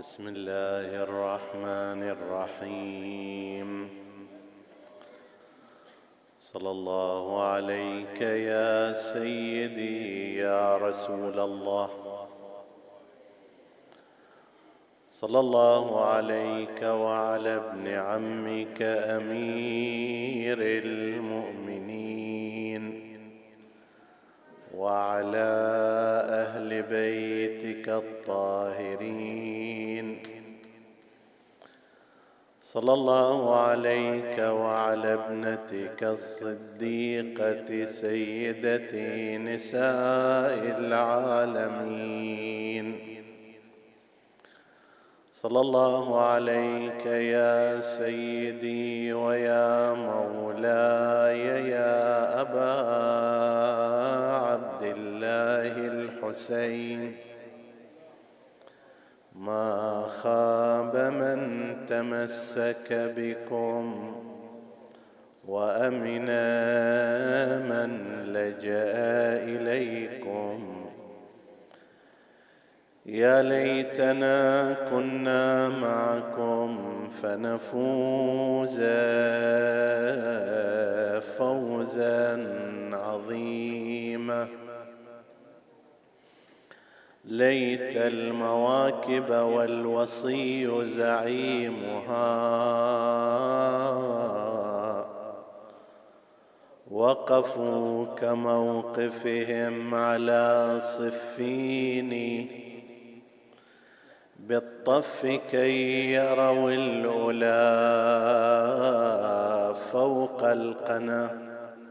بسم الله الرحمن الرحيم. صلى الله عليك يا سيدي يا رسول الله، صلى الله عليك وعلى ابن عمك أمير المؤمنين وعلى أهل بيتك الطاهرين، صلى الله عليك وعلى ابنتك الصديقة سيدة نساء العالمين، صلى الله عليك يا سيدي ويا مولاي يا أبا عبد الله الحسين. ما خاب من تمسك بكم وأمن من لجأ إليكم. يا ليتنا كنا معكم فنفوز فوزا عظيما. ليت المواكب والوصي زعيمها وقفوا كموقفهم على صفين بالطف كي يروا الأولى فوق القنا.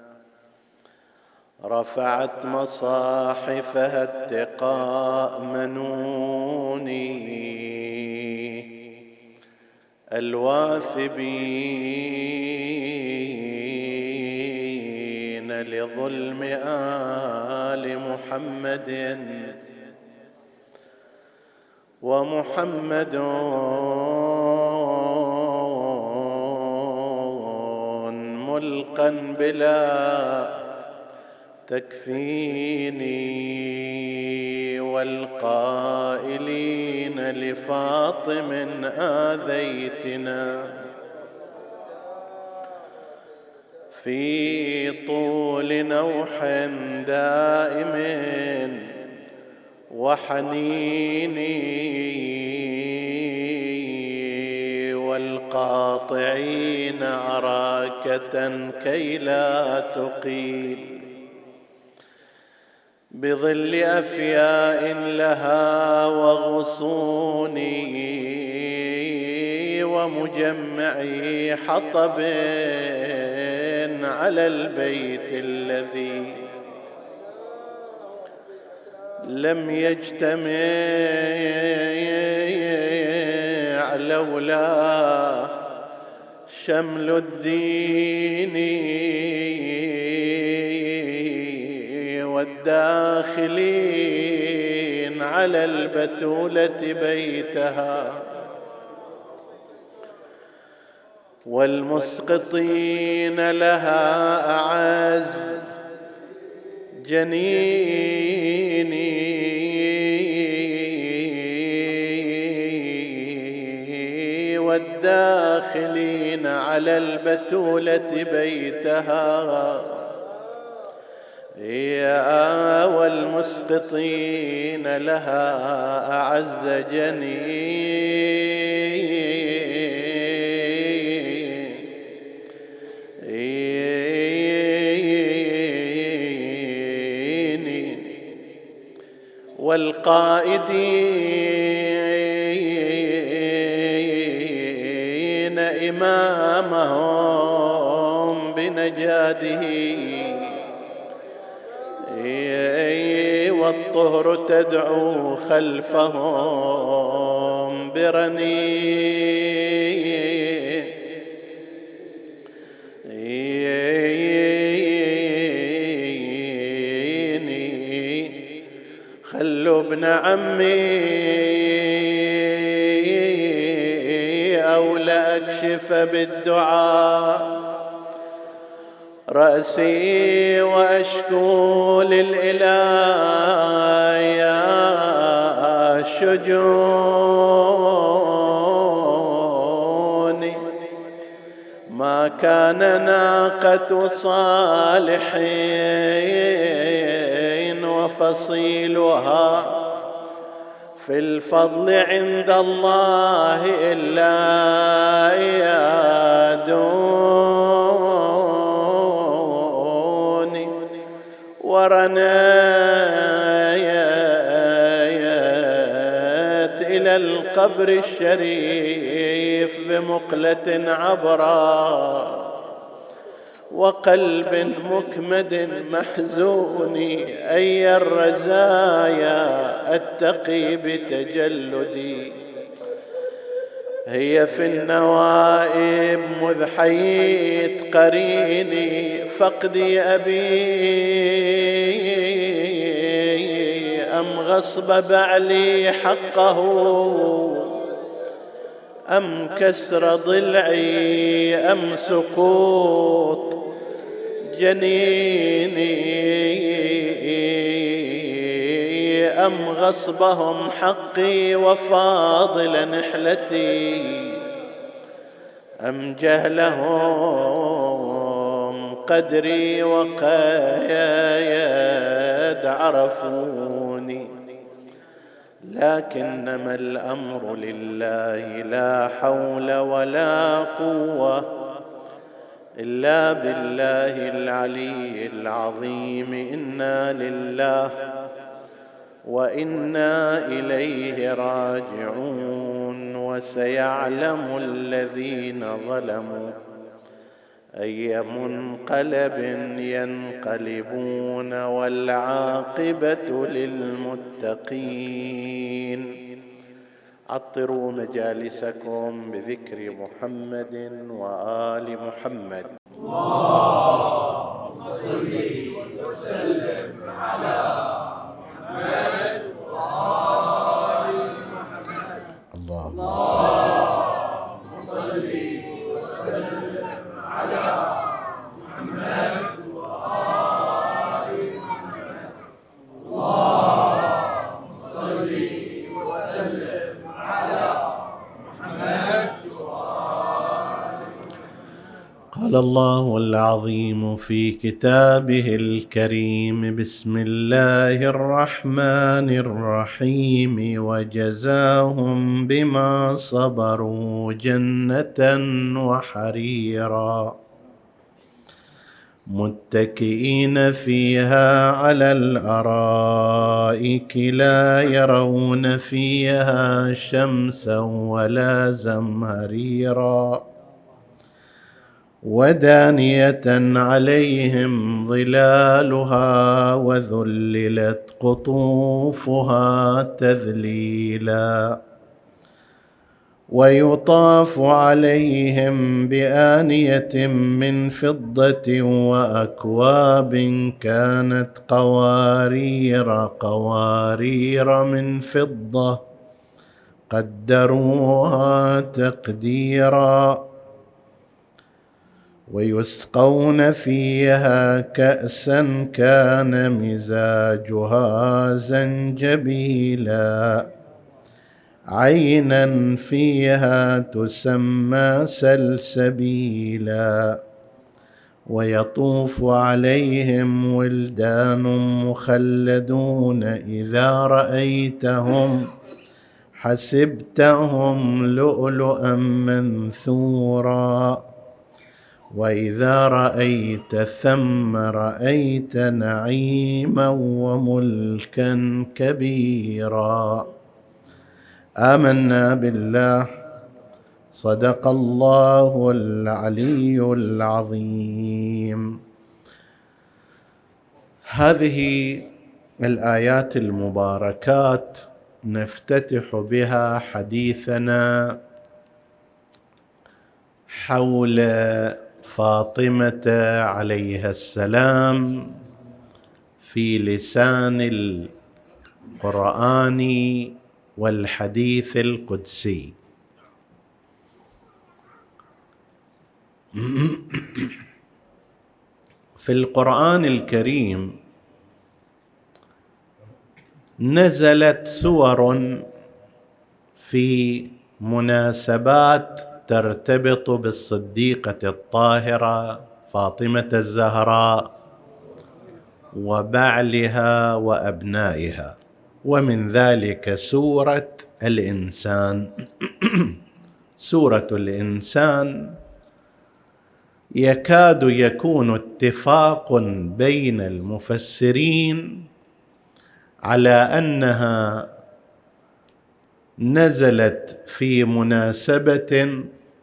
رفعت مصاحفها اتقاء منوني الواثبين لظلم آل محمد، ومحمد ملقا بلا تكفيني، والقائلين لفاطم آذيتنا في طول نوح دائم وحنيني، والقاطعين أراكة كي لا تقيل بظل أفياء لها وغصوني، ومجمعي حطب على البيت الذي لم يجتمع لولا شمل الدين، والداخلين على البتولة بيتها، والمسقطين لها أعز جنيني، والداخلين على البتولة بيتها، يا والمسقطين لها أعز جنين، والقائدين إمامهم بنجاده، والطهر تدعو خلفهم برنين. خلوا ابن عمي أو لأكشف بالدعاء رأسي وأشكو للإله يا شجون كان ناقة صالح وفصيلها في الفضل عند الله إلا يادوني ورنايت إلى القبر الشريف بمقلة عبرا وقلب مكمد محزون أي الرزايا أتقي بتجلدي هي في النوائب مذ حييت قريني فقدي أبي أم غصب بعلي حقه أم كسر ضلعي أم سقوط جنيني أم غصبهم حقي وفاضل نحلتي أم جهلهم قدري وقيد عرفوني لكنما الأمر لله لا حول ولا قوة إلا بالله العلي العظيم إنا لله وإنا إليه راجعون وسيعلم الذين ظلموا أي منقلب ينقلبون والعاقبة للمتقين عطروا مجالسكم بذكر محمد وآل محمد اللهم صل وسلم على محمد وآل محمد اللهم صل وسلم على محمد وآل محمد اللهم صل وسلم على محمد وآل قال الله العظيم في كتابه الكريم بسم الله الرحمن الرحيم وجزاهم بما صبروا جنة وحريرا متكئين فيها على الأرائك لا يرون فيها شمسا ولا زمهريرا ودانية عليهم ظلالها وذللت قطوفها تذليلا ويطاف عليهم بآنية من فضة وأكواب كانت قوارير من فضة قدروها تقديرا ويسقون فيها كأسا كان مزاجها زنجبيلا عينا فيها تسمى سلسبيلا ويطوف عليهم ولدان مخلدون إذا رأيتهم حسبتهم لؤلؤا منثورا وإذا رأيت ثم رأيت نعيما وملكا كبيرا آمنا بالله صدق الله العلي العظيم. هذه الآيات المباركات نفتتح بها حديثنا حول فاطمة عليها السلام في لسان القرآن والحديث القدسي. في القرآن الكريم نزلت سور في مناسبات ترتبط بالصديقة الطاهرة فاطمة الزهراء وبعلها وأبنائها، ومن ذلك سورة الإنسان. سورة الإنسان يكاد يكون اتفاق بين المفسرين على أنها نزلت في مناسبة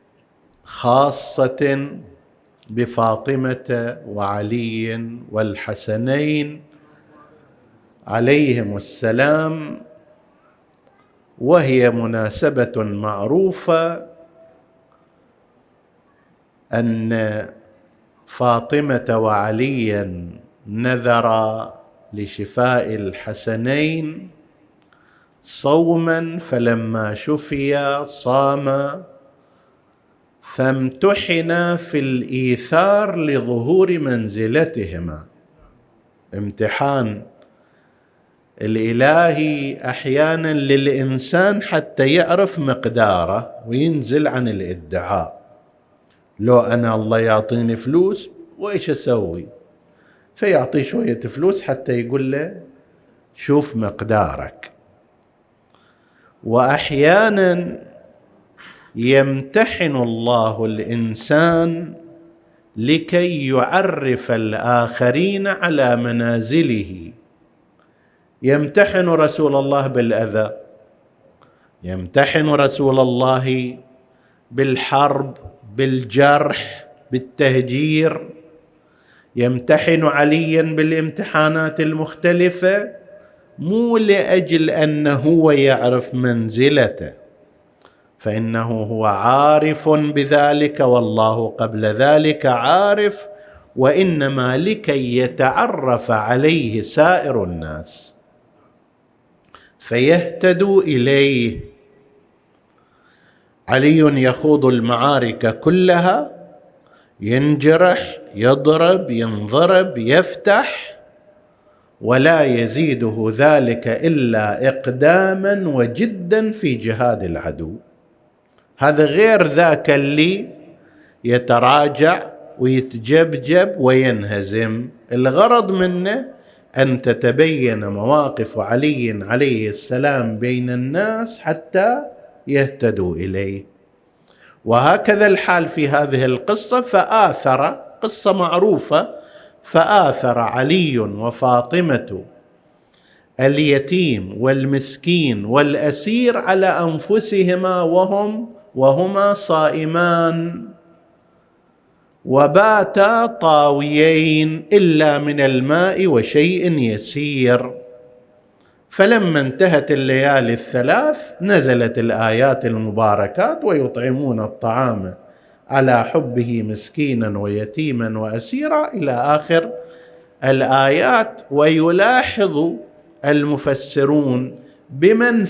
خاصة بفاطمة وعلي والحسنين عليهم السلام، وهي مناسبة معروفة أن فاطمة وعليا نذرا لشفاء الحسنين صوما، فلما شفيا صاما، فامتحنا في الإيثار لظهور منزلتهما. امتحان الإلهي أحيانا للإنسان حتى يعرف مقداره وينزل عن الادعاء. لو أنا الله يعطيني فلوس وإيش أسوي؟ فيعطي شوية فلوس حتى يقول له شوف مقدارك. وأحيانا يمتحن الله الإنسان لكي يعرف الآخرين على منازله. يمتحن رسول الله بالأذى، يمتحن رسول الله بالحرب، بالجرح، بالتهجير، يمتحن عليا بالامتحانات المختلفة، مو لأجل أنه هو يعرف منزلته، فإنه هو عارف بذلك والله قبل ذلك عارف، وإنما لكي يتعرف عليه سائر الناس فيهتدوا إليه. علي يخوض المعارك كلها، ينجرح، يضرب، ينضرب، يفتح، ولا يزيده ذلك إلا إقداما وجدا في جهاد العدو. هذا غير ذاك اللي يتراجع ويتجبجب وينهزم. الغرض منه أن تتبين مواقف علي عليه السلام بين الناس حتى يهتدوا إليه. وهكذا الحال في هذه القصة، فآثر، قصة معروفة، فآثر علي وفاطمة اليتيم والمسكين والأسير على أنفسهما وهما صائمان، وباتا طاويين إلا من الماء وشيء يسير. فلما انتهت الليالي الثلاث نزلت الآيات المباركات: ويطعمون الطعام على حبه مسكينا ويتيما وأسيرا إلى آخر الآيات. ويلاحظ المفسرون بمن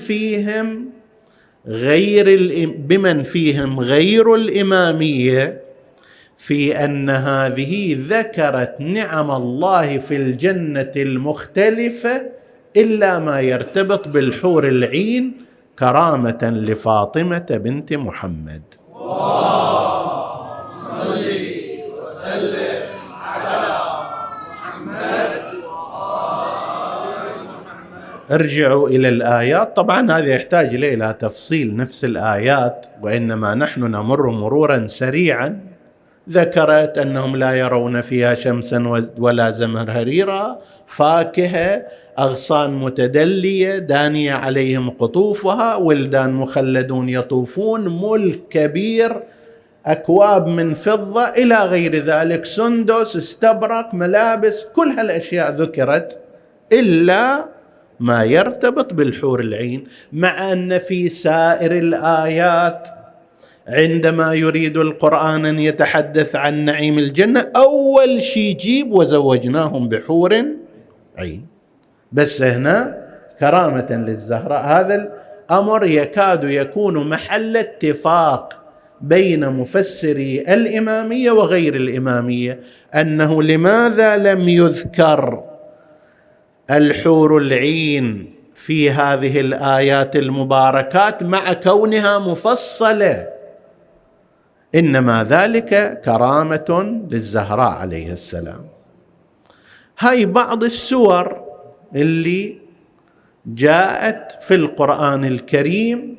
فيهم غير الإمامية في أن هذه ذكرت نعم الله في الجنة المختلفة إلا ما يرتبط بالحور العين كرامة لفاطمة بنت محمد. اللهم صل وسلم على محمد وآل محمد. ارجعوا إلى الآيات. طبعا هذا يحتاج إلى تفصيل نفس الآيات، وإنما نحن نمر مرورا سريعا. ذكرت أنهم لا يرون فيها شمسا ولا زمهريرا، فاكهة، أغصان متدلية دانية عليهم قطوفها، ولدان مخلدون يطوفون، ملك كبير، أكواب من فضة إلى غير ذلك، سندس، استبرق، ملابس، كل هالأشياء ذكرت إلا ما يرتبط بالحور العين. مع أن في سائر الآيات عندما يريد القرآن أن يتحدث عن نعيم الجنة أول شيء يجيب وزوجناهم بحور عين، بس هنا كرامة للزهراء. هذا الأمر يكاد يكون محل اتفاق بين مفسري الإمامية وغير الإمامية، أنه لماذا لم يذكر الحور العين في هذه الآيات المباركات مع كونها مفصلة. إنما ذلك كرامة للزهراء عليه السلام. هاي بعض السور اللي جاءت في القرآن الكريم،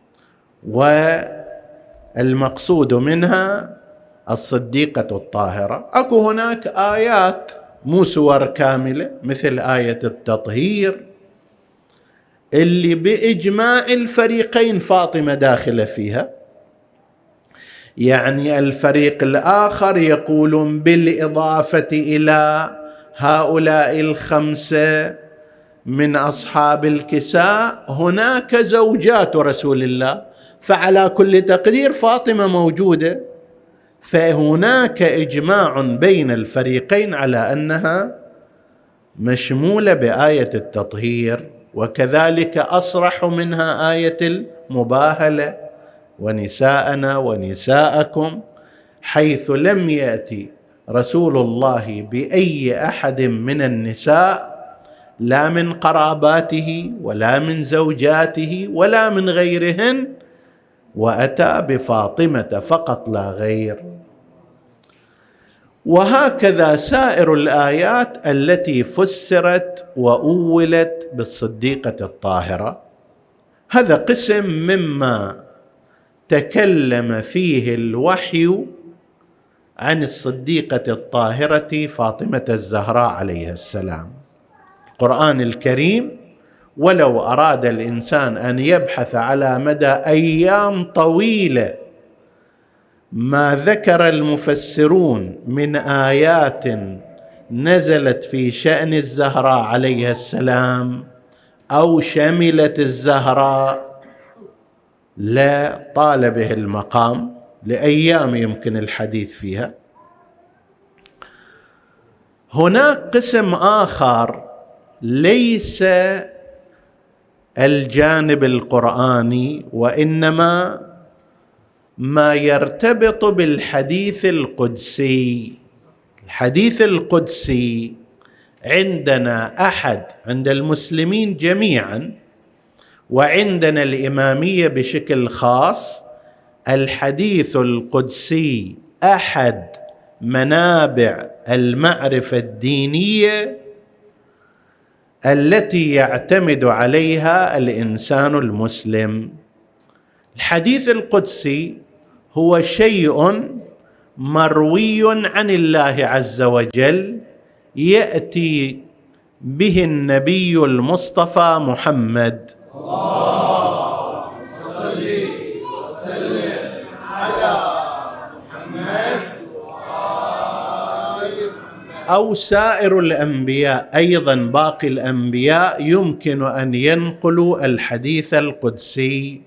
والمقصود منها الصديقة الطاهرة. أكو هناك آيات مو سور كاملة، مثل آية التطهير اللي بإجماع الفريقين فاطمة داخلة فيها. يعني الفريق الآخر يقولون بالإضافة إلى هؤلاء الخمسة من أصحاب الكساء هناك زوجات رسول الله، فعلى كل تقدير فاطمة موجودة. فهناك إجماع بين الفريقين على أنها مشمولة بآية التطهير، وكذلك أصرح منها آية المباهلة ونساءنا ونساءكم، حيث لم يأتي رسول الله بأي أحد من النساء، لا من قراباته ولا من زوجاته ولا من غيرهن، وأتى بفاطمة فقط لا غير. وهكذا سائر الآيات التي فسرت وأولت بالصديقة الطاهرة. هذا قسم مما تكلم فيه الوحي عن الصديقة الطاهرة فاطمة الزهراء عليها السلام. القرآن الكريم ولو أراد الإنسان أن يبحث على مدى أيام طويلة ما ذكر المفسرون من آيات نزلت في شأن الزهراء عليها السلام أو شملت الزهراء لا طال به المقام، لأيام يمكن الحديث فيها. هناك قسم آخر ليس الجانب القرآني، وإنما ما يرتبط بالحديث القدسي. الحديث القدسي عندنا عند المسلمين جميعا، وعندنا الإمامية بشكل خاص، الحديث القدسي أحد منابع المعرفة الدينية التي يعتمد عليها الإنسان المسلم. الحديث القدسي هو شيء مروي عن الله عز وجل، يأتي به النبي المصطفى محمد اللهم صل وسلم على محمد وآل محمد. أو سائر الأنبياء أيضا، باقي الأنبياء يمكن أن ينقلوا الحديث القدسي،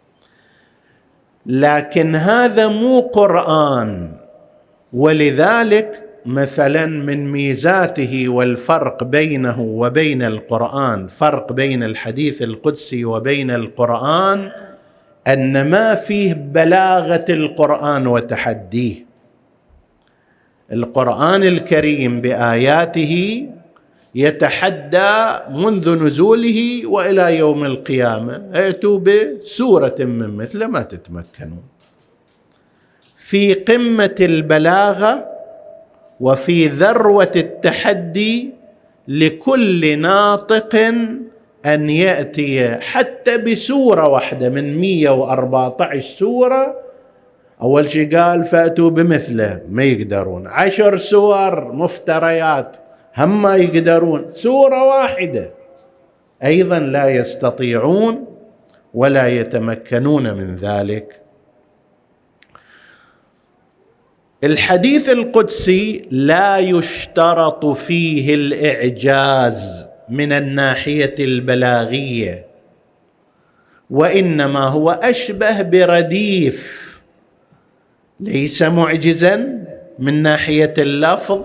لكن هذا مو قرآن. ولذلك مثلا من ميزاته والفرق بينه وبين القرآن، فرق بين الحديث القدسي وبين القرآن، أن ما فيه بلاغة القرآن وتحديه. القرآن الكريم بآياته يتحدى منذ نزوله وإلى يوم القيامة، ائتوا بسورة من مثله ما تتمكنون. في قمة البلاغة وفي ذروة التحدي لكل ناطق أن يأتي حتى بسورة واحدة من 114 سورة. أول شيء قال فأتوا بمثله، ما يقدرون. 10 سور مفتريات هم ما يقدرون. سورة واحدة أيضا لا يستطيعون ولا يتمكنون من ذلك. الحديث القدسي لا يشترط فيه الإعجاز من الناحية البلاغية، وإنما هو أشبه برديف، ليس معجزا من ناحية اللفظ،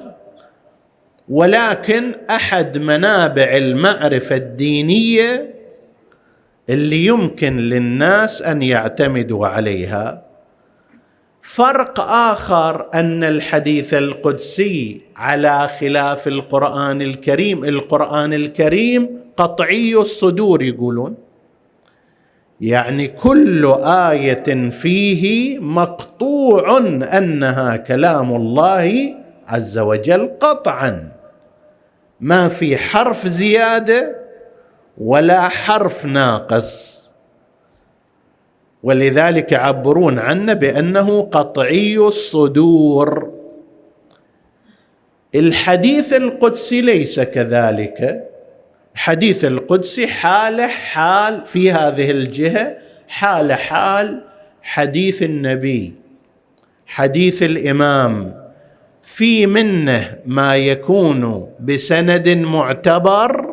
ولكن أحد منابع المعرفة الدينية اللي يمكن للناس أن يعتمدوا عليها. فرق آخر أن الحديث القدسي على خلاف القرآن الكريم، القرآن الكريم قطعي الصدور يقولون، يعني كل آية فيه مقطوع أنها كلام الله عز وجل قطعا، ما في حرف زيادة ولا حرف ناقص، ولذلك يعبرون عنه بأنه قطعي الصدور. الحديث القدسي ليس كذلك. الحديث القدسي حال في هذه الجهة، حال حديث النبي، حديث الإمام، في منه ما يكون بسند معتبر،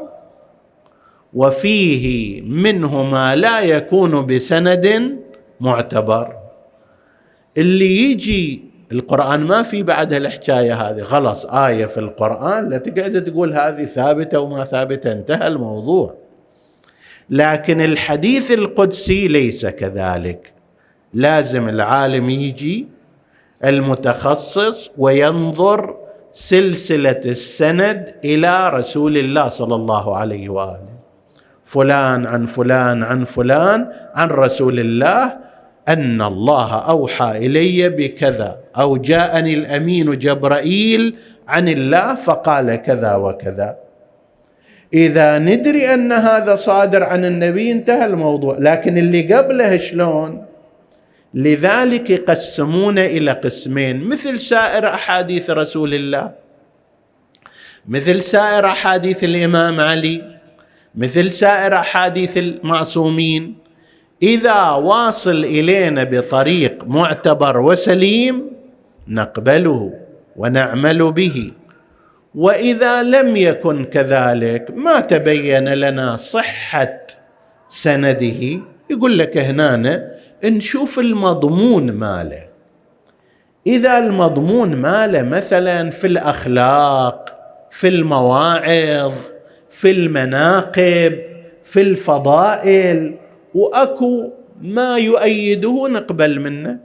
وفيه منه ما لا يكون بسند معتبر. اللي يجي القرآن ما في بعدها الحكاية هذه، خلاص آية في القرآن لا تقعد تقول هذه ثابتة وما ثابتة، انتهى الموضوع. لكن الحديث القدسي ليس كذلك، لازم العالم يجي المتخصص وينظر سلسلة السند إلى رسول الله صلى الله عليه وآله، فلان عن فلان عن فلان عن رسول الله أن الله أوحى إلي بكذا، أو جاءني الأمين جبرائيل عن الله فقال كذا وكذا. إذا ندري أن هذا صادر عن النبي انتهى الموضوع. لكن اللي قبله شلون؟ لذلك يقسمون إلى قسمين، مثل سائر أحاديث رسول الله، مثل سائر أحاديث الإمام علي، مثل سائر أحاديث المعصومين. إذا واصل إلينا بطريق معتبر وسليم نقبله ونعمل به، وإذا لم يكن كذلك ما تبين لنا صحة سنده، يقول لك هنا نشوف المضمون ماله. إذا المضمون ماله مثلا في الأخلاق، في المواعظ، في المناقب، في الفضائل، وأكو ما يؤيده نقبل منه.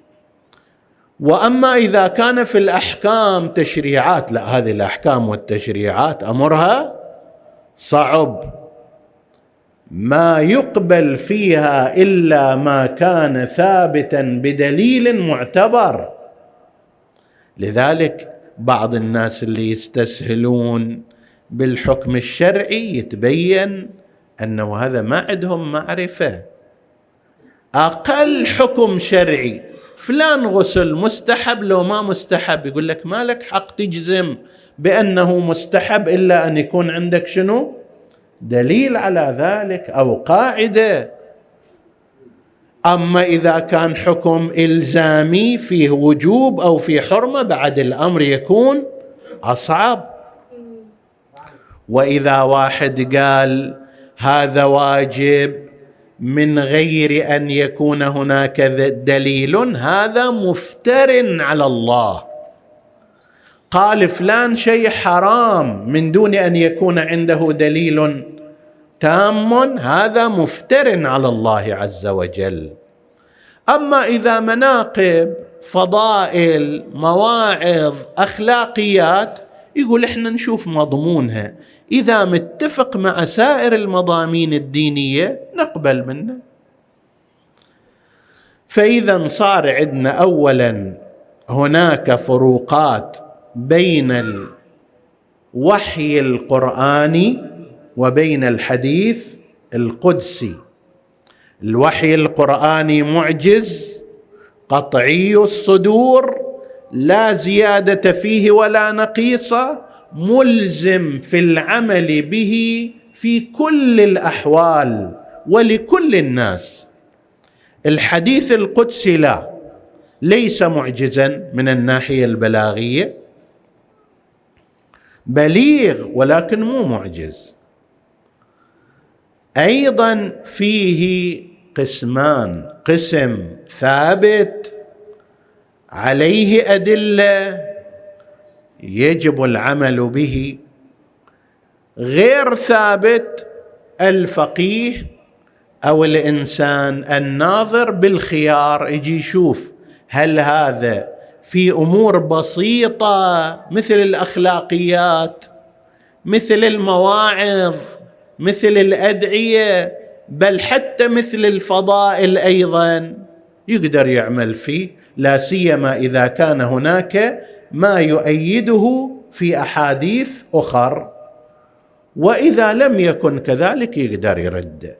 وأما إذا كان في الأحكام تشريعات، لا، هذه الأحكام والتشريعات أمرها صعب، ما يقبل فيها إلا ما كان ثابتا بدليل معتبر. لذلك بعض الناس اللي يستسهلون بالحكم الشرعي يتبين أنه هذا ما عندهم معرفة. أقل حكم شرعي فلان غسل مستحب لو ما مستحب، يقول لك ما لك حق تجزم بأنه مستحب إلا أن يكون عندك شنو؟ دليل على ذلك أو قاعدة. أما إذا كان حكم إلزامي فيه وجوب أو فيه حرمة بعد الأمر يكون أصعب. وإذا واحد قال هذا واجب من غير أن يكون هناك دليل، هذا مفتر على الله. قال فلان شيء حرام من دون أن يكون عنده دليل تام، هذا مفتر على الله عز وجل. أما إذا مناقب، فضائل، مواعظ، أخلاقيات، يقول إحنا نشوف مضمونها، إذا متفق مع سائر المضامين الدينية نقبل منه. فإذا صار عندنا أولا هناك فروقات بين الوحي القرآني وبين الحديث القدسي. الوحي القرآني معجز قطعي الصدور، لا زيادة فيه ولا نقيصة، ملزم في العمل به في كل الأحوال ولكل الناس. الحديث القدسي لا، ليس معجزا من الناحية البلاغية، بليغ ولكن مو معجز. أيضا فيه قسمان، قسم ثابت عليه أدلة يجب العمل به، غير ثابت الفقيه أو الإنسان الناظر بالخيار يجي يشوف هل هذا في أمور بسيطة مثل الأخلاقيات، مثل المواعظ، مثل الأدعية، بل حتى مثل الفضائل أيضا يقدر يعمل فيه، لا سيما إذا كان هناك ما يؤيده في أحاديث أخر، وإذا لم يكن كذلك يقدر يرد.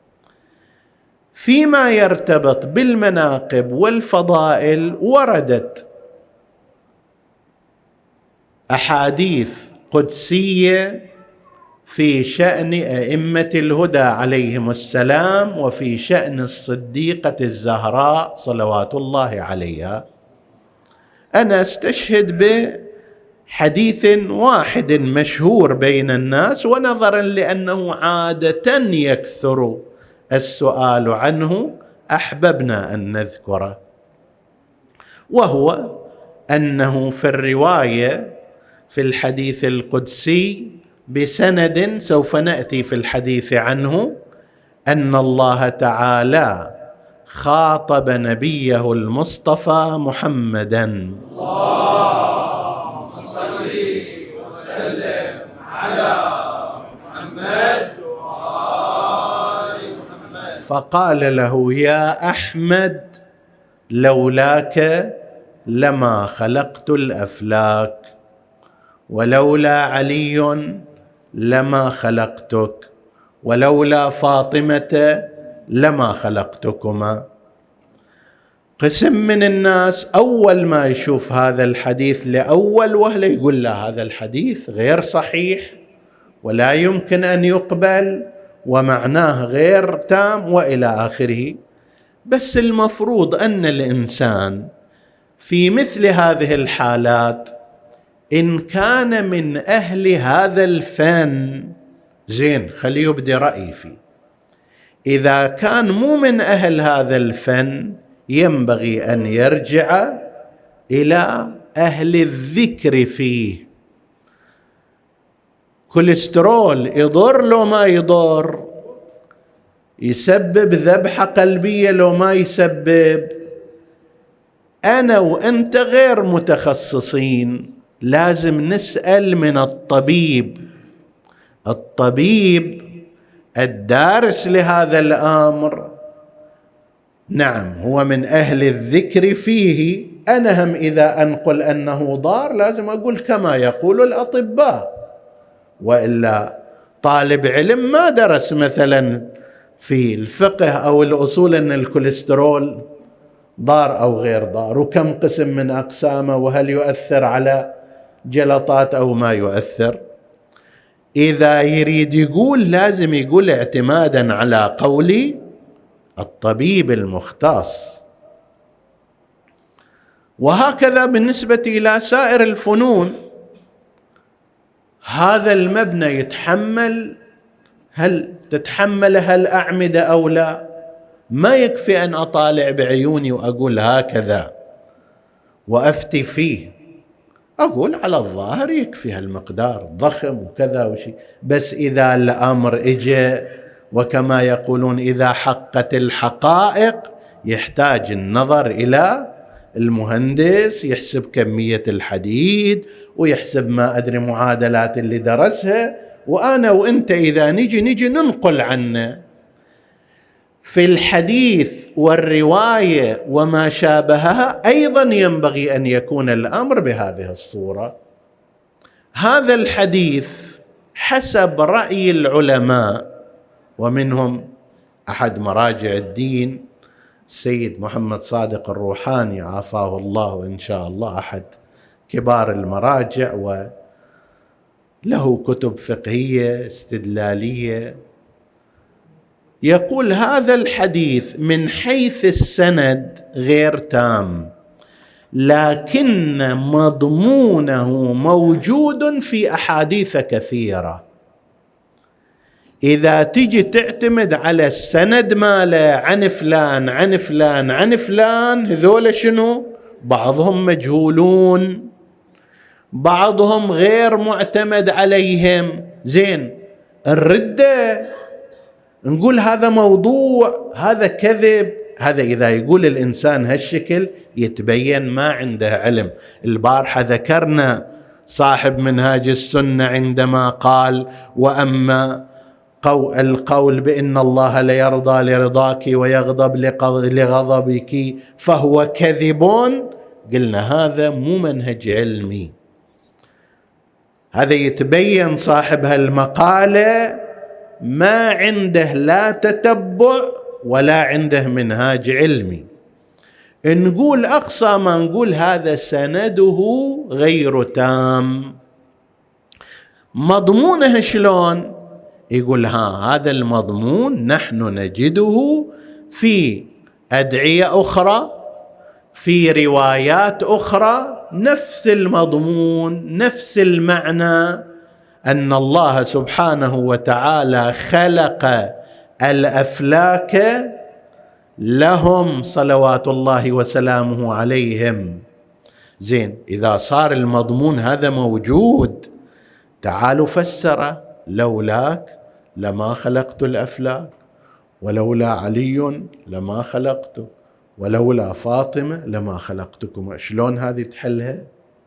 فيما يرتبط بالمناقب والفضائل وردت أحاديث قدسية في شأن أئمة الهدى عليهم السلام، وفي شأن الصديقة الزهراء صلوات الله عليها. أنا استشهد بحديث واحد مشهور بين الناس، ونظرا لأنه عادة يكثر السؤال عنه أحببنا أن نذكره، وهو أنه في الرواية في الحديث القدسي بسند سوف نأتي في الحديث عنه، أن الله تعالى خاطب نبيه المصطفى محمدا اللهم صل وسلم على محمد وآل محمد، فقال له: يا أحمد لولاك لما خلقت الأفلاك، ولولا علي لما خلقتك، ولولا فاطمة لما خلقتكما. قسم من الناس أول ما يشوف هذا الحديث لأول وهلة يقول: لا، هذا الحديث غير صحيح ولا يمكن أن يقبل ومعناه غير تام وإلى آخره. بس المفروض أن الإنسان في مثل هذه الحالات إن كان من أهل هذا الفن زين خليه يبدي رأي فيه، إذا كان مو من أهل هذا الفن ينبغي أن يرجع إلى أهل الذكر فيه. كوليسترول يضر لو ما يضر؟ يسبب ذبحة قلبية لو ما يسبب؟ أنا وأنت غير متخصصين، لازم نسأل من الطبيب الدارس لهذا الأمر. نعم، هو من أهل الذكر فيه. أنا هم إذا أنقل أنه ضار لازم أقول كما يقول الأطباء، وإلا طالب علم ما درس مثلا في الفقه أو الأصول أن الكوليسترول ضار أو غير ضار، وكم قسم من أقسامه، وهل يؤثر على جلطات أو ما يؤثر. إذا يريد يقول لازم يقول اعتمادا على قول الطبيب المختص. وهكذا بالنسبة إلى سائر الفنون، هذا المبنى يتحمل، هل تتحملها الأعمدة أو لا؟ ما يكفي أن أطالع بعيوني وأقول هكذا وأفتي فيه، أقول على الظاهر يكفي هالمقدار ضخم وكذا وشي. بس إذا الأمر إجى، وكما يقولون إذا حقت الحقائق، يحتاج النظر إلى المهندس يحسب كمية الحديد ويحسب ما أدري معادلات اللي درسها، وأنا وإنت إذا نجي ننقل عنه في الحديث والرواية وما شابهها، أيضا ينبغي أن يكون الأمر بهذه الصورة. هذا الحديث حسب رأي العلماء، ومنهم أحد مراجع الدين السيد محمد صادق الروحاني عافاه الله إن شاء الله، أحد كبار المراجع، وله كتب فقهية استدلالية، يقول هذا الحديث من حيث السند غير تام، لكن مضمونه موجود في أحاديث كثيرة. إذا تجي تعتمد على السند ماله عن فلان عن فلان عن فلان، هذول شنو؟ بعضهم مجهولون، بعضهم غير معتمد عليهم. زين، الردة نقول هذا موضوع، هذا كذب. هذا إذا يقول الإنسان هالشكل يتبين ما عنده علم. البارحة ذكرنا صاحب منهاج السنة عندما قال: وأما القول بأن الله لا يرضى لرضاك ويغضب لغضبك فهو كذب، قلنا هذا مو منهج علمي. هذا يتبين صاحب هالمقالة ما عنده لا تتبع ولا عنده منهاج علمي. نقول أقصى ما نقول هذا سنده غير تام. مضمونه شلون؟ يقول هذا المضمون نحن نجده في أدعية أخرى، في روايات أخرى، نفس المضمون نفس المعنى، أن الله سبحانه وتعالى خلق الأفلاك لهم صلوات الله وسلامه عليهم. زين، إذا صار المضمون هذا موجود تعالوا فسره: لولاك لما خلقت الأفلاك، ولولا علي لما خلقته، ولولا فاطمة لما خلقتكم. شلون هذه تحلها؟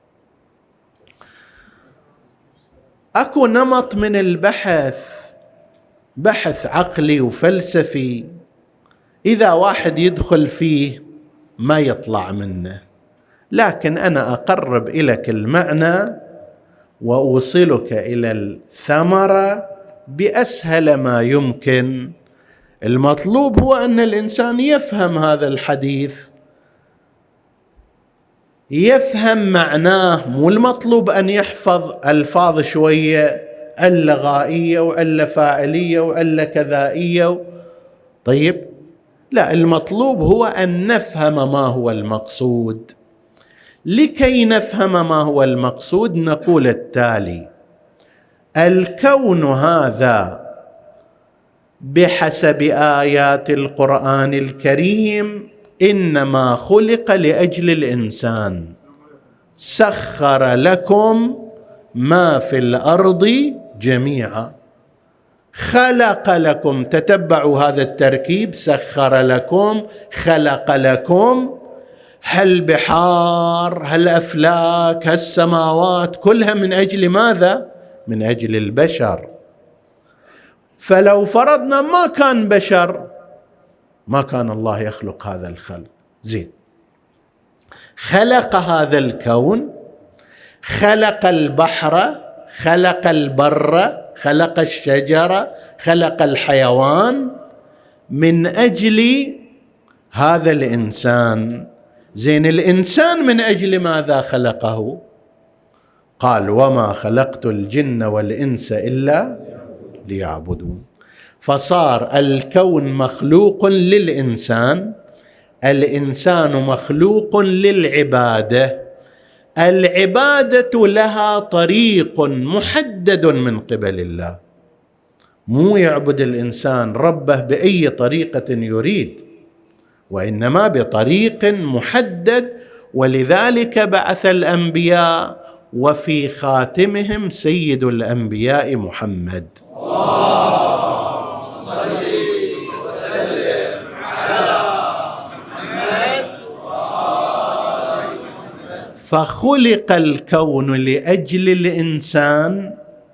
أكو نمط من البحث، بحث عقلي وفلسفي، إذا واحد يدخل فيه ما يطلع منه، لكن أنا أقرب إليك المعنى وأوصلك إلى الثمرة بأسهل ما يمكن. المطلوب هو أن الإنسان يفهم هذا الحديث، يفهم معناه، مو المطلوب أن يحفظ ألفاظ شوية ألا غائية وألا فاعلية وألا كذائية. طيب، لا، المطلوب هو أن نفهم ما هو المقصود. لكي نفهم ما هو المقصود نقول التالي: الكون هذا بحسب آيات القرآن الكريم إنما خلق لأجل الإنسان، سخر لكم ما في الأرض جميعا. خلق لكم، تتبعوا هذا التركيب: سخر لكم، خلق لكم. هالبحار، هالأفلاك، هالسماوات كلها من أجل ماذا؟ من أجل البشر. فلو فرضنا ما كان بشر ما كان الله يخلق هذا الخلق. زين، خلق هذا الكون، خلق البحر، خلق البر، خلق الشجرة، خلق الحيوان من أجل هذا الإنسان. زين، الإنسان من أجل ماذا خلقه؟ قال: وما خلقت الجن والإنس إلا ليعبدون. فصار الكون مخلوق للإنسان، الإنسان مخلوق للعبادة. العبادة لها طريق محدد من قبل الله، مو يعبد الإنسان ربه بأي طريقة يريد، وإنما بطريق محدد. ولذلك بعث الأنبياء، وفي خاتمهم سيد الأنبياء محمد. اللهم صل وسلم على محمد وآل محمد. فخلق الكون لأجل الإنسان،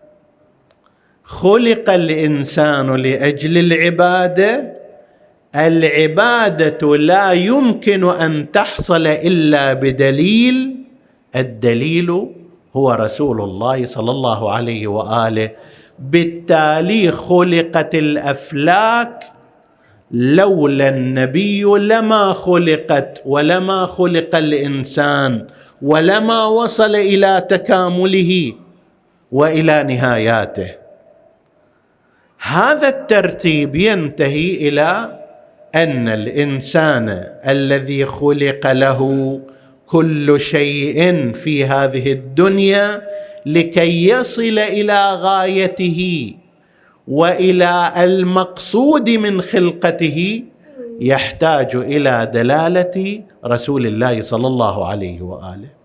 خلق الإنسان لأجل العبادة. العبادة لا يمكن أن تحصل إلا بدليل، الدليل هو رسول الله صلى الله عليه وآله. بالتالي خلقت الأفلاك، لولا النبي لما خلقت، ولما خلق الإنسان، ولما وصل إلى تكامله وإلى نهاياته. هذا الترتيب ينتهي إلى أن الإنسان الذي خلق له كل شيء في هذه الدنيا لكي يصل إلى غايته وإلى المقصود من خلقته يحتاج إلى دلالة رسول الله صلى الله عليه وآله.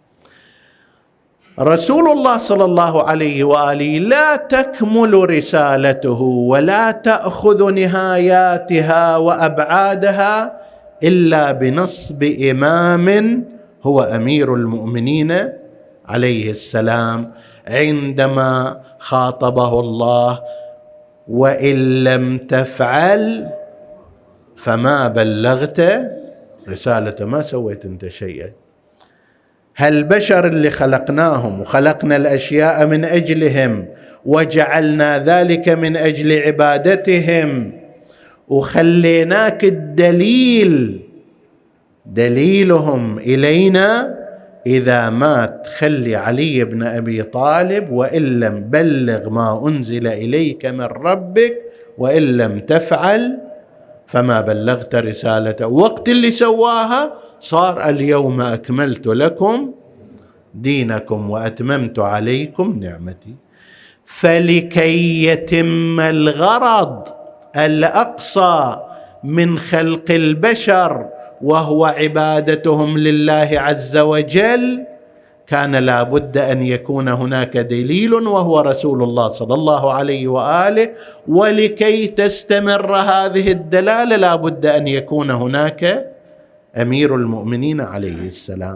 رسول الله صلى الله عليه وآله لا تكمل رسالته ولا تأخذ نهاياتها وأبعادها إلا بنصب إمام هو أمير المؤمنين عليه السلام، عندما خاطبه الله وإن لم تفعل فما بلغت رسالة. ما سويت أنت شيئا. هالبشر اللي خلقناهم وخلقنا الأشياء من أجلهم وجعلنا ذلك من أجل عبادتهم، وخليناك الدليل دليلهم إلينا. إذا مات خلي علي بن أبي طالب، وإن لم بلغ ما أنزل إليك من ربك، وإن لم تفعل فما بلغت رسالته. وقت اللي سواها صار اليوم أكملت لكم دينكم وأتممت عليكم نعمتي. فلكي يتم الغرض الأقصى من خلق البشر وهو عبادتهم لله عز وجل، كان لا بد أن يكون هناك دليل وهو رسول الله صلى الله عليه وآله. ولكي تستمر هذه الدلالة لا بد أن يكون هناك أمير المؤمنين عليه السلام.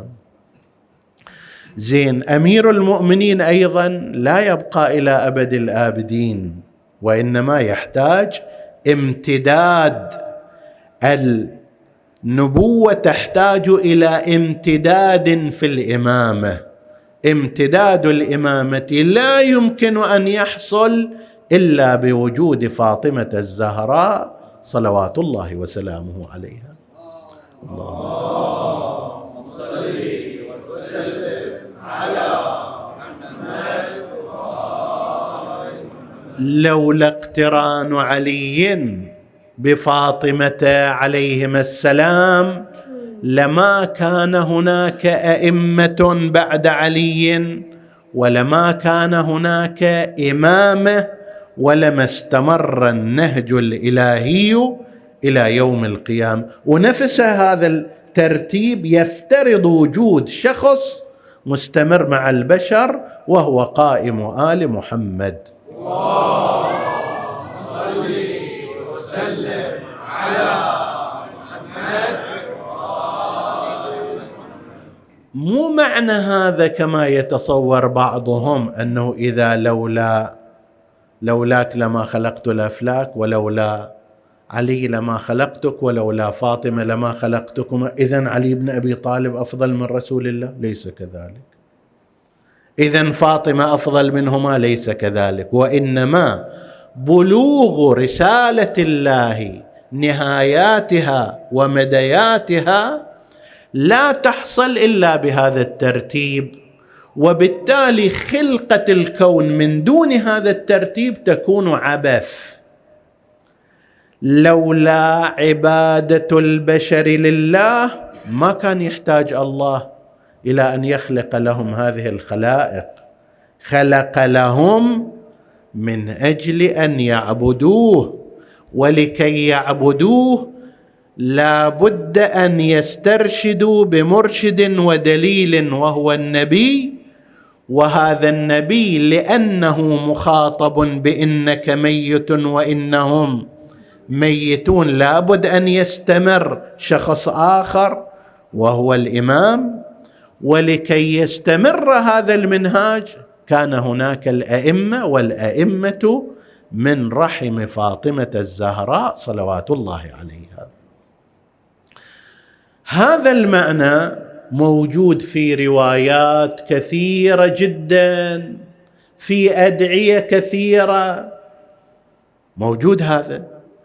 زين، أمير المؤمنين أيضا لا يبقى إلى أبد الآبدين، وإنما يحتاج امتداد. النبوة تحتاج إلى امتداد في الإمامة. امتداد الإمامة لا يمكن أن يحصل إلا بوجود فاطمة الزهراء صلوات الله وسلامه عليها. اللهم صل وسلم على محمد. لولا اقتران علي بفاطمة عليهما السلام لما كان هناك أئمة بعد علي، ولما كان هناك إمامة، ولما استمر النهج الإلهي إلى يوم القيامة. ونفس هذا الترتيب يفترض وجود شخص مستمر مع البشر وهو قائم آل محمد. اللهم صل وسلم على محمد. مو معنى هذا كما يتصور بعضهم أنه إذا لولاك لما خلقت الأفلاك، ولولا علي لما خلقتك، ولولا فاطمة لما خلقتكما، إذن علي بن أبي طالب أفضل من رسول الله. ليس كذلك. إذن فاطمة أفضل منهما. ليس كذلك. وإنما بلوغ رسالة الله نهاياتها ومدياتها لا تحصل إلا بهذا الترتيب، وبالتالي خلقة الكون من دون هذا الترتيب تكون عبث. لولا عبادة البشر لله ما كان يحتاج الله إلى أن يخلق لهم هذه الخلائق. خلق لهم من أجل أن يعبدوه، ولكي يعبدوه لا بد أن يسترشدوا بمرشد ودليل وهو النبي. وهذا النبي لأنه مخاطب بإنك ميت وإنهم ميتون لا بد أن يستمر شخص آخر وهو الإمام. ولكي يستمر هذا المنهاج كان هناك الأئمة، والأئمة من رحم فاطمة الزهراء صلوات الله عليها. هذا المعنى موجود في روايات كثيرة جدا، في أدعية كثيرة موجود. هذا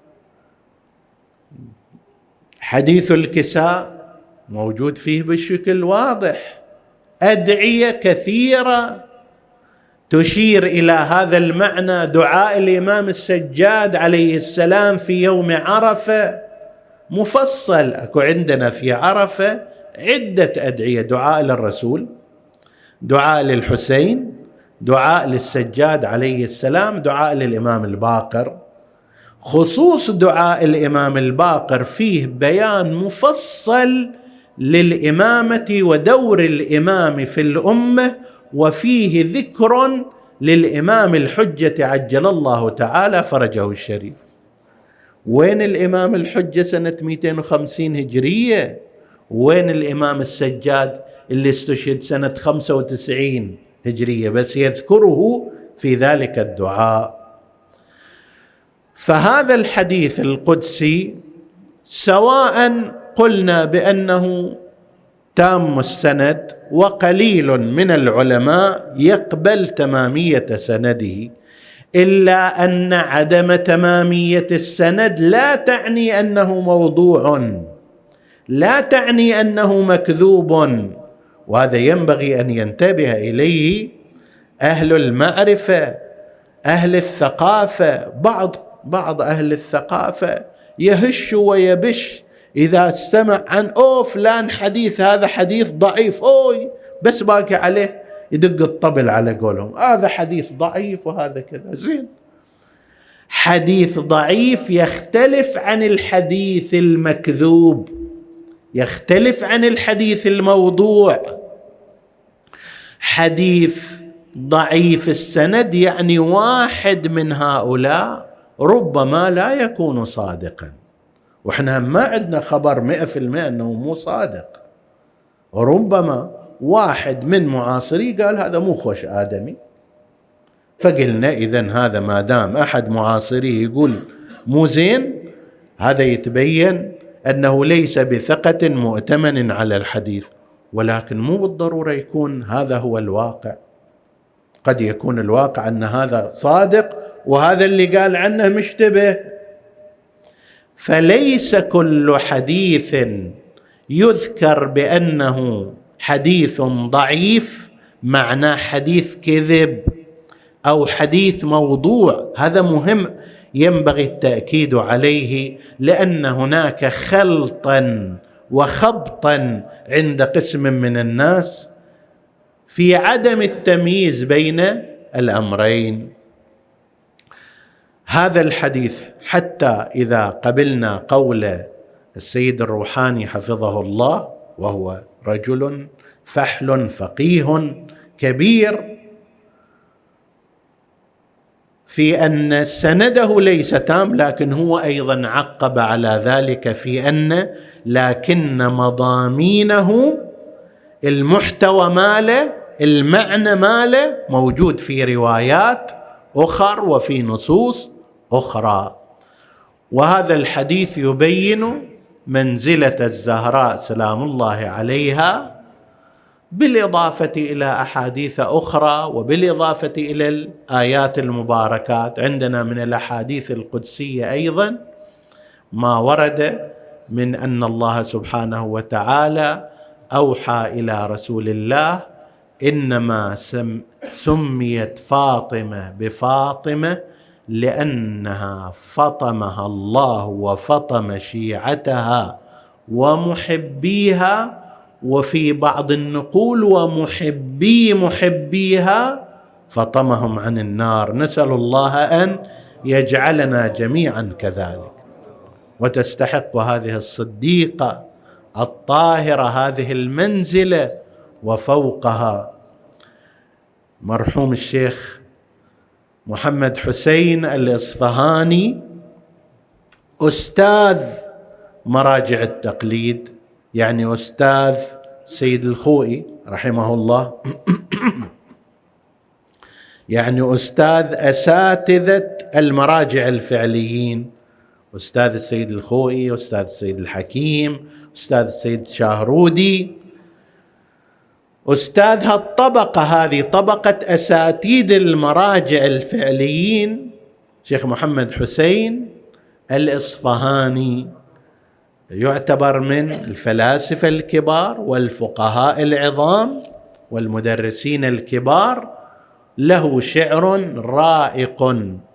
حديث الكساء موجود فيه بشكل واضح. أدعية كثيرة تشير إلى هذا المعنى. دعاء الإمام السجاد عليه السلام في يوم عرفة مفصل. أكو عندنا في عرفة عدة أدعية: دعاء للرسول، دعاء للحسين، دعاء للسجاد عليه السلام، دعاء للإمام الباقر. خصوص دعاء الإمام الباقر فيه بيان مفصل للإمامة ودور الإمام في الأمة، وفيه ذكر للإمام الحجة عجل الله تعالى فرجه الشريف. وين الإمام الحجة سنة 250 هجرية؟ وين الإمام السجاد اللي استشهد سنة 95 هجرية؟ بس يذكره في ذلك الدعاء. فهذا الحديث القدسي سواء قلنا بأنه تام السند، وقليل من العلماء يقبل تمامية سنده، إلا أن عدم تمامية السند لا تعني أنه موضوع، لا تعني أنه مكذوب. وهذا ينبغي أن ينتبه إليه أهل المعرفة، أهل الثقافة. بعض أهل الثقافة يهش ويبش إذا سمع عن فلان حديث هذا حديث ضعيف، بس باقي عليه يدق الطبل على قولهم، هذا حديث ضعيف وهذا كذا. زين، حديث ضعيف يختلف عن الحديث المكذوب، يختلف عن الحديث الموضوع. حديث ضعيف السند يعني واحد من هؤلاء ربما لا يكون صادقا، وإحنا ما عندنا خبر 100% أنه مو صادق، وربما واحد من معاصري قال هذا مو خوش آدمي، فقلنا إذن هذا ما دام أحد معاصريه يقول مو زين، هذا يتبين أنه ليس بثقة مؤتمن على الحديث. ولكن مو بالضرورة يكون هذا هو الواقع، قد يكون الواقع أن هذا صادق وهذا اللي قال عنه مشتبه. فليس كل حديث يذكر بأنه حديث ضعيف معناه حديث كذب أو حديث موضوع. هذا مهم ينبغي التأكيد عليه، لأن هناك خلطا وخبطا عند قسم من الناس في عدم التمييز بين الأمرين. هذا الحديث حتى إذا قبلنا قول السيد الروحاني حفظه الله، وهو رجل فحل فقيه كبير، في أن سنده ليس تام، لكن هو أيضا عقب على ذلك في أن لكن مضامينه المحتوى ماله، المعنى ماله موجود في روايات أخرى وفي نصوص أخرى. وهذا الحديث يبين منزلة الزهراء سلام الله عليها، بالإضافة إلى أحاديث أخرى وبالإضافة إلى الآيات المباركات. عندنا من الأحاديث القدسية أيضا ما ورد من أن الله سبحانه وتعالى أوحى إلى رسول الله إنما سميت فاطمة بفاطمة لأنها فطمها الله وفطم شيعتها ومحبيها، وفي بعض النقول محبيها فطمهم عن النار. نسأل الله أن يجعلنا جميعا كذلك. وتستحق هذه الصديقة الطاهرة هذه المنزلة، وفوقها مرحوم الشيخ محمد حسين الإصفهاني أستاذ مراجع التقليد، يعني أستاذ سيد الخوئي رحمه الله، يعني أستاذ أساتذة المراجع الفعليين، أستاذ السيد الخوئي، أستاذ السيد الحكيم، أستاذ السيد شاهرودي، أستاذ هالطبقة هذه، طبقة أساتيد المراجع الفعليين، شيخ محمد حسين الإصفهاني يعتبر من الفلاسفة الكبار والفقهاء العظام والمدرسين الكبار، له شعر رائق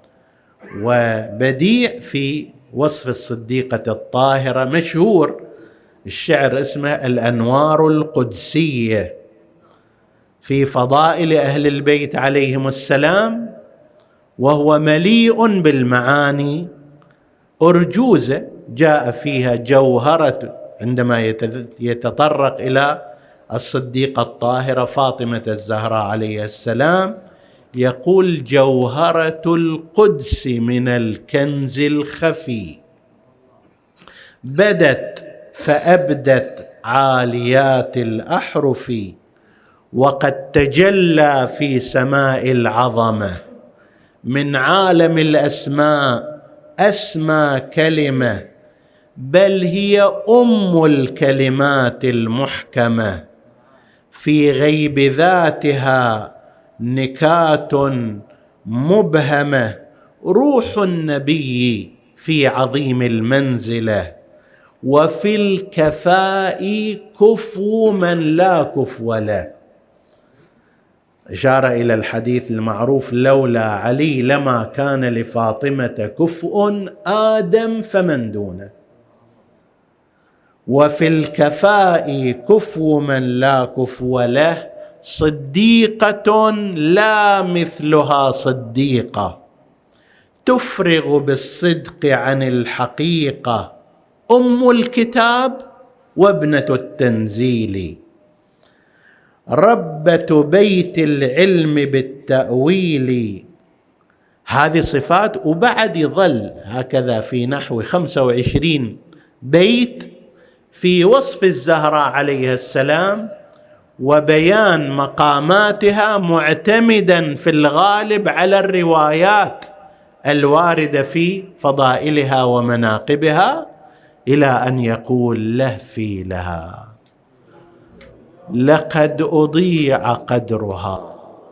وبديع في وصف الصديقة الطاهرة، مشهور الشعر اسمه الأنوار القدسية في فضائل أهل البيت عليهم السلام، وهو مليء بالمعاني. أرجوزة جاء فيها جوهرة عندما يتطرق إلى الصديقة الطاهرة فاطمة الزهراء عليه السلام، يقول جوهرة القدس من الكنز الخفي بدت فأبدت عاليات الأحرف، وقد تجلى في سماء العظمة من عالم الأسماء أسمى كلمة، بل هي أم الكلمات المحكمة، في غيب ذاتها نكات مبهمة، روح النبي في عظيم المنزلة، وفي الكفاء كفو من لا كفو له. إشارة إلى الحديث المعروف: لولا علي لما كان لفاطمة كفء آدم فمن دونه. وفي الكفاء كفو من لا كفو له، صديقة لا مثلها صديقة، تفرغ بالصدق عن الحقيقة، أم الكتاب وابنة التنزيل، ربة بيت العلم بالتأويل. هذه صفات، وبعد يظل هكذا في نحو 25 بيت في وصف الزهراء عليها السلام وبيان مقاماتها، معتمدا في الغالب على الروايات الواردة في فضائلها ومناقبها، إلى أن يقول لهفي لها لقد أضيع قدرها.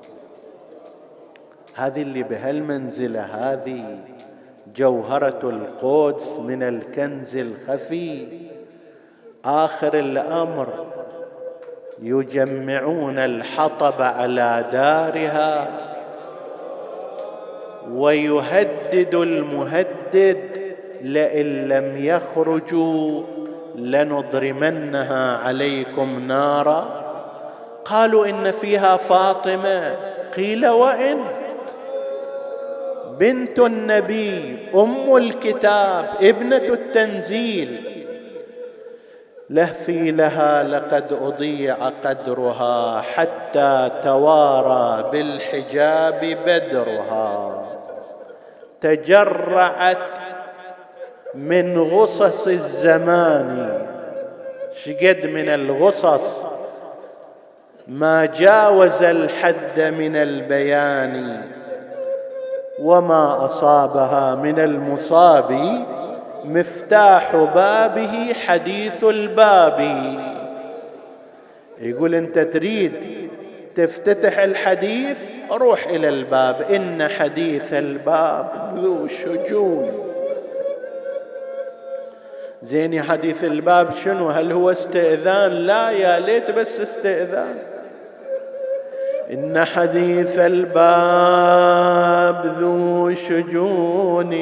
هذه اللي بهالمنزلة، هذه جوهرة القدس من الكنز الخفي. آخر الأمر يجمعون الحطب على دارها، ويهدد المهدد: لئن لم يخرجوا لنضرمنها عليكم نارا. قالوا إن فيها فاطمة، قيل وإن، بنت النبي، أم الكتاب، ابنة التنزيل. لهفي لها لقد أضيع قدرها، حتى توارى بالحجاب بدرها، تجرعت من غصص الزمان. شقد من الغصص ما جاوز الحد من البيان، وما أصابها من المصاب، مفتاح بابه حديث الباب. يقول أنت تريد تفتتح الحديث، روح إلى الباب، إن حديث الباب ذو شجون. زين، حديث الباب شنو؟ هل هو استئذان؟ لا، يا ليت بس استئذان. إن حديث الباب ذو شجون،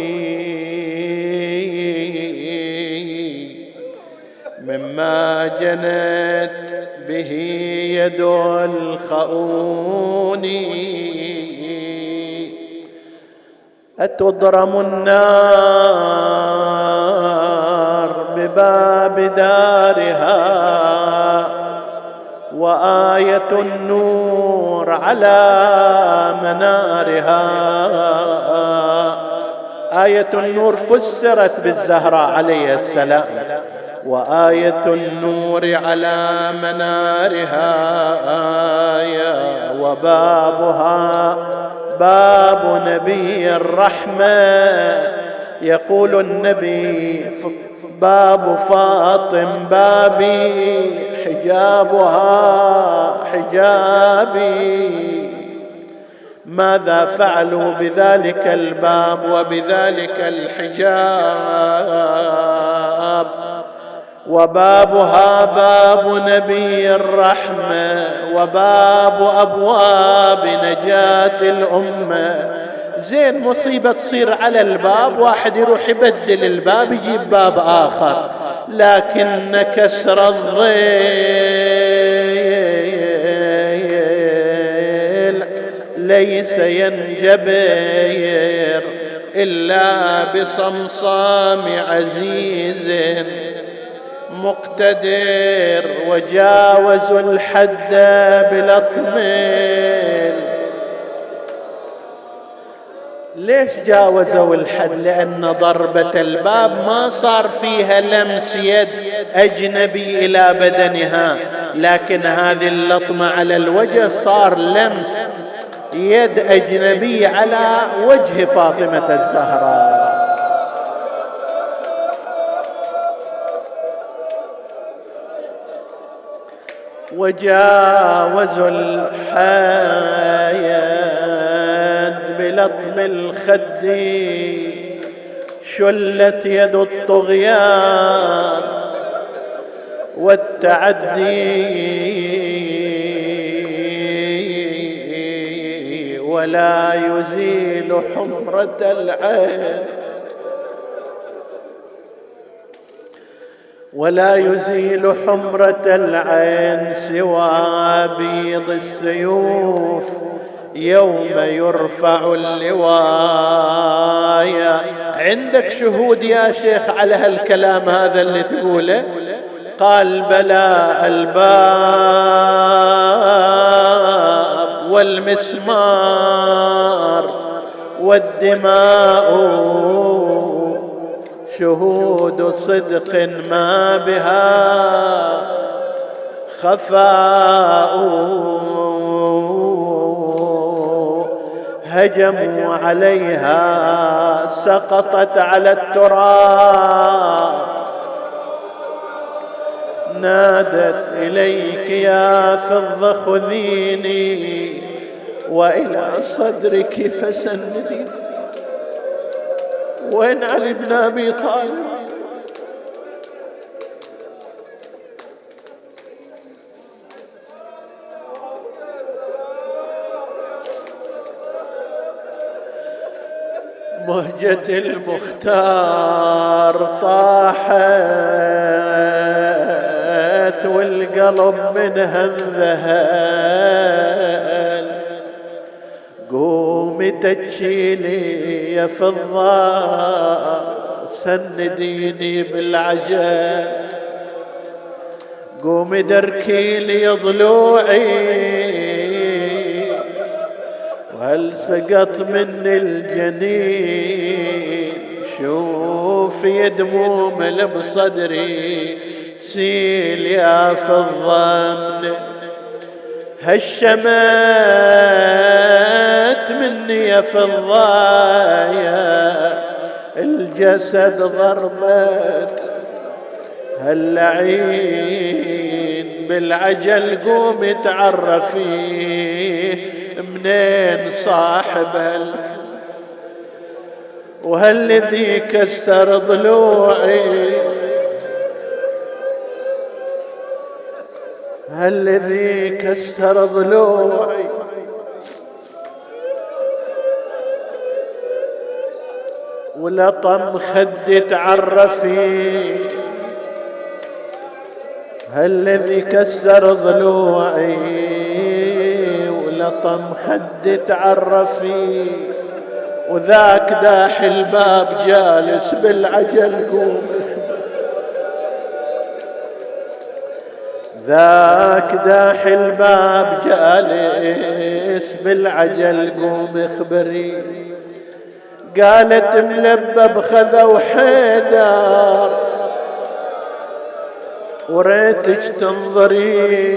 مما جنت به يد الخؤون. أتضرم النار بباب دارها، وآية النور على منارها. آية النور فسرت بالزهراء عليه السلام: وآية النور على منارها آية، وبابها باب نبي الرحمة. يقول النبي: باب فاطم بابي، حجابها حجابي. ماذا فعلوا بذلك الباب وبذلك الحجاب؟ وبابها باب نبي الرحمة، وباب أبواب نجاة الأمة. زين، مصيبة تصير على الباب، واحد يروح يبدل الباب يجيب باب آخر، لكن كسر الضيل ليس ينجبر إلا بصمصام عزيز مقتدر، وجاوزوا الحد بلطمين. ليش جاوزوا الحد؟ لأن ضربة الباب ما صار فيها لمس يد أجنبي إلى بدنها، لكن هذه اللطمة على الوجه صار لمس يد أجنبي على وجه فاطمة الزهراء. وجاوزوا الحياة بلطم الخد، شلت يد الطغيان والتعدي، ولا يزيل حمرة العين، ولا يزيل حمرة العين سوى بيض السيوف يوم يرفع اللواء. عندك شهود يا شيخ على هالكلام هذا اللي تقوله؟ قال بلى، الباب والمسمار والدماء شهود صدق ما بها خفاء. هجموا عليها سقطت على التراب، نادت إليك يا فضة خذيني وإلى صدرك فسندي. وين علي بن أبي طالب؟ مهجة المختار طاحت والقلب منها انذهل. قومي تجيلي يا فضة سنديني بالعجل، قومي دركي لي ضلوعي وهل سقط من الجنين. شوفي دموم اللي بصدري تسيل يا فضة، هشمت مني يا فضة يا الجسد ضربت هاللعين. بالعجل قومي تعرفي منين صاحب وهالذي كسر ضلوعي، هالذي كسر ضلوعي. ولطم خدي تعرفي، هالذي كسر ضلوعي. ولطم خدي تعرفي، وذاك داح الباب جالس بالعجل قوم، ذاك داح الباب جالس بالعجل قوم اخبري. قالت ملبب خذوا حيدر وريتك تنظري،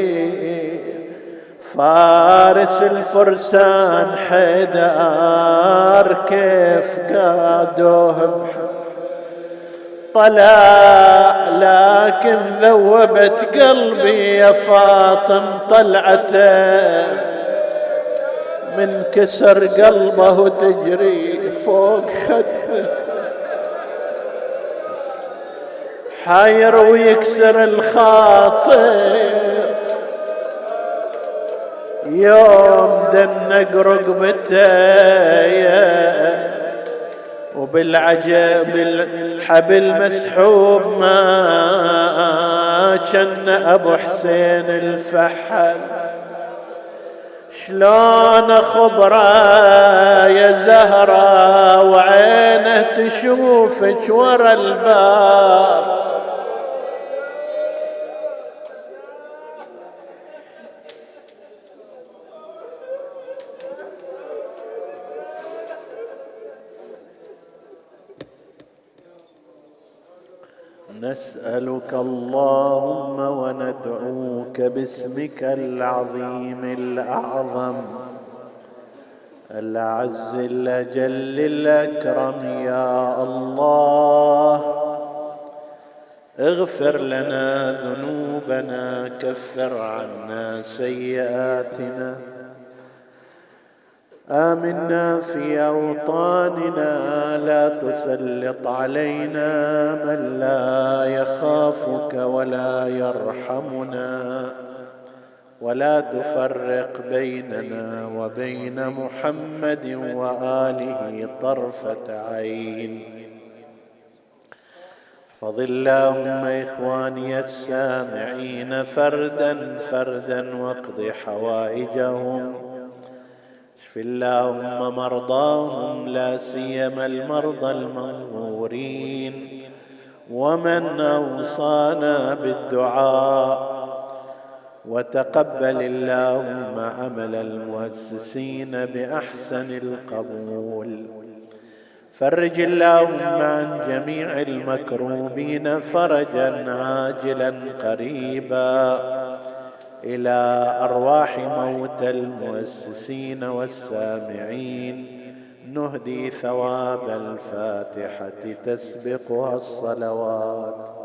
فارس الفرسان حيدر كيف قادوه طلع، لكن ذوبت قلبي يا فاطم طلعته، من كسر قلبه تجري فوق خده. حاير ويكسر الخاطر يوم دنق رقبته، وبالعجب الحبل مسحوب ما كان ابو حسين الفحل. شلون خبره يا زهره وعينه تشوفك ورا الباب، نسألك اللهم وندعوك باسمك العظيم الأعظم الأعز الأجل الأكرم يا الله، اغفر لنا ذنوبنا، كفر عنا سيئاتنا، آمنا في أوطاننا، لا تسلط علينا من لا يخافك ولا يرحمنا، ولا تفرق بيننا وبين محمد وآله طرفة عين. احفظ اللهم إخواني السامعين فردا فردا واقض حوائجهم، اشف اللهم مرضاهم، لا سيما المرضى المنظورين، ومن أوصانا بالدعاء، وتقبل اللهم عمل المؤسسين بأحسن القبول. فرج اللهم عن جميع المكروبين فرجا عاجلا قريبا، إلى أرواح موتى المؤسسين والسامعين نهدي ثواب الفاتحة تسبقها الصلوات.